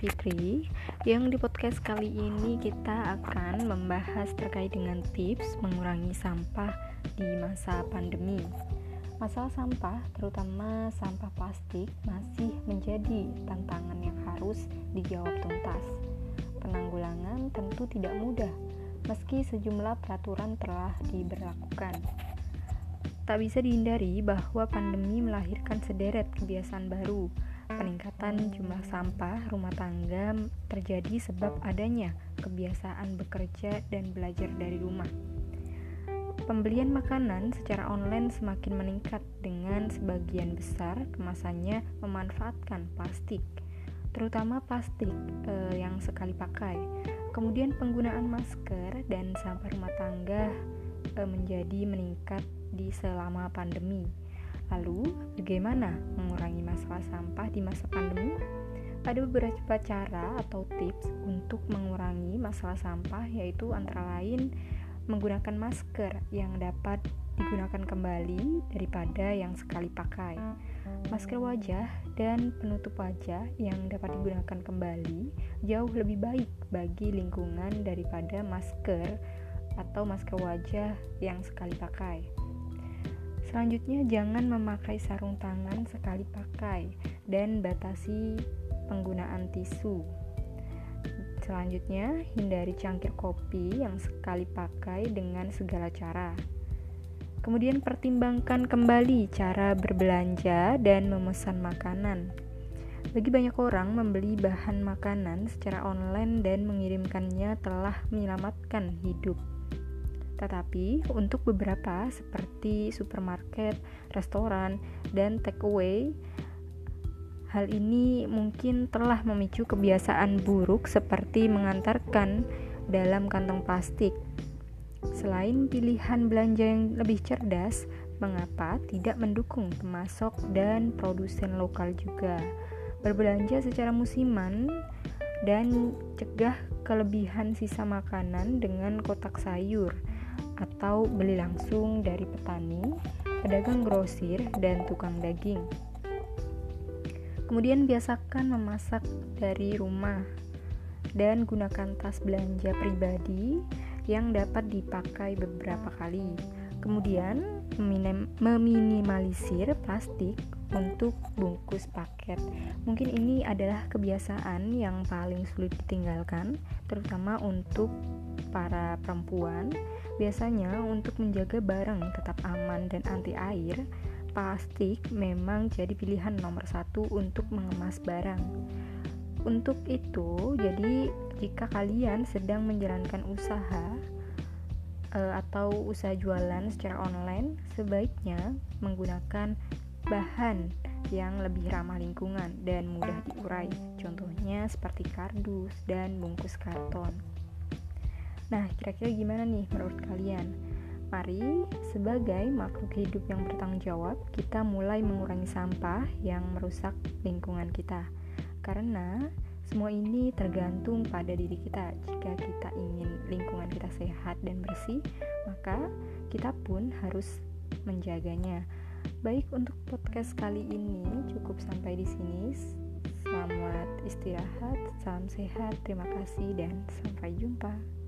Fitri, yang di podcast kali ini kita akan membahas terkait dengan tips mengurangi sampah di masa pandemi. Masalah sampah, terutama sampah plastik, masih menjadi tantangan yang harus dijawab tuntas. Penanggulangan tentu tidak mudah, meski sejumlah peraturan telah diberlakukan. Tak bisa dihindari bahwa pandemi melahirkan sederet kebiasaan baru. Peningkatan jumlah sampah rumah tangga terjadi sebab adanya kebiasaan bekerja dan belajar dari rumah. Pembelian makanan secara online semakin meningkat dengan sebagian besar kemasannya memanfaatkan plastik, terutama plastik yang sekali pakai. Kemudian penggunaan masker dan sampah rumah tangga menjadi meningkat di selama pandemi. Lalu, bagaimana mengurangi masalah sampah di masa pandemi? Ada beberapa cara atau tips untuk mengurangi masalah sampah, yaitu antara lain menggunakan masker yang dapat digunakan kembali daripada yang sekali pakai. Masker wajah dan penutup wajah yang dapat digunakan kembali jauh lebih baik bagi lingkungan daripada masker atau masker wajah yang sekali pakai. Selanjutnya, jangan memakai sarung tangan sekali pakai dan batasi penggunaan tisu. Selanjutnya, hindari cangkir kopi yang sekali pakai dengan segala cara. Kemudian, pertimbangkan kembali cara berbelanja dan memesan makanan. Bagi banyak orang, membeli bahan makanan secara online dan mengirimkannya telah menyelamatkan hidup. Tetapi untuk beberapa seperti supermarket, restoran, dan takeaway, hal ini mungkin telah memicu kebiasaan buruk seperti mengantarkan dalam kantong plastik. Selain pilihan belanja yang lebih cerdas, mengapa tidak mendukung pemasok dan produsen lokal juga? Berbelanja secara musiman dan cegah kelebihan sisa makanan dengan kotak sayur, atau beli langsung dari petani, pedagang grosir, dan tukang daging. Kemudian biasakan memasak dari rumah dan gunakan tas belanja pribadi yang dapat dipakai beberapa kali. Kemudian meminimalisir plastik untuk bungkus paket. Mungkin ini adalah kebiasaan yang paling sulit ditinggalkan, terutama untuk para perempuan. Biasanya untuk menjaga barang tetap aman dan anti air, plastik memang jadi pilihan nomor satu untuk mengemas barang. Untuk itu, jadi jika kalian sedang menjalankan usaha atau usaha jualan secara online, sebaiknya menggunakan bahan yang lebih ramah lingkungan dan mudah diurai. Contohnya seperti kardus dan bungkus karton. Nah, kira-kira gimana nih menurut kalian? Mari, sebagai makhluk hidup yang bertanggung jawab, kita mulai mengurangi sampah yang merusak lingkungan kita. Karena semua ini tergantung pada diri kita. Jika kita ingin lingkungan kita sehat dan bersih, maka kita pun harus menjaganya. Baik, untuk podcast kali ini cukup sampai di sini. Selamat istirahat, salam sehat, terima kasih, dan sampai jumpa.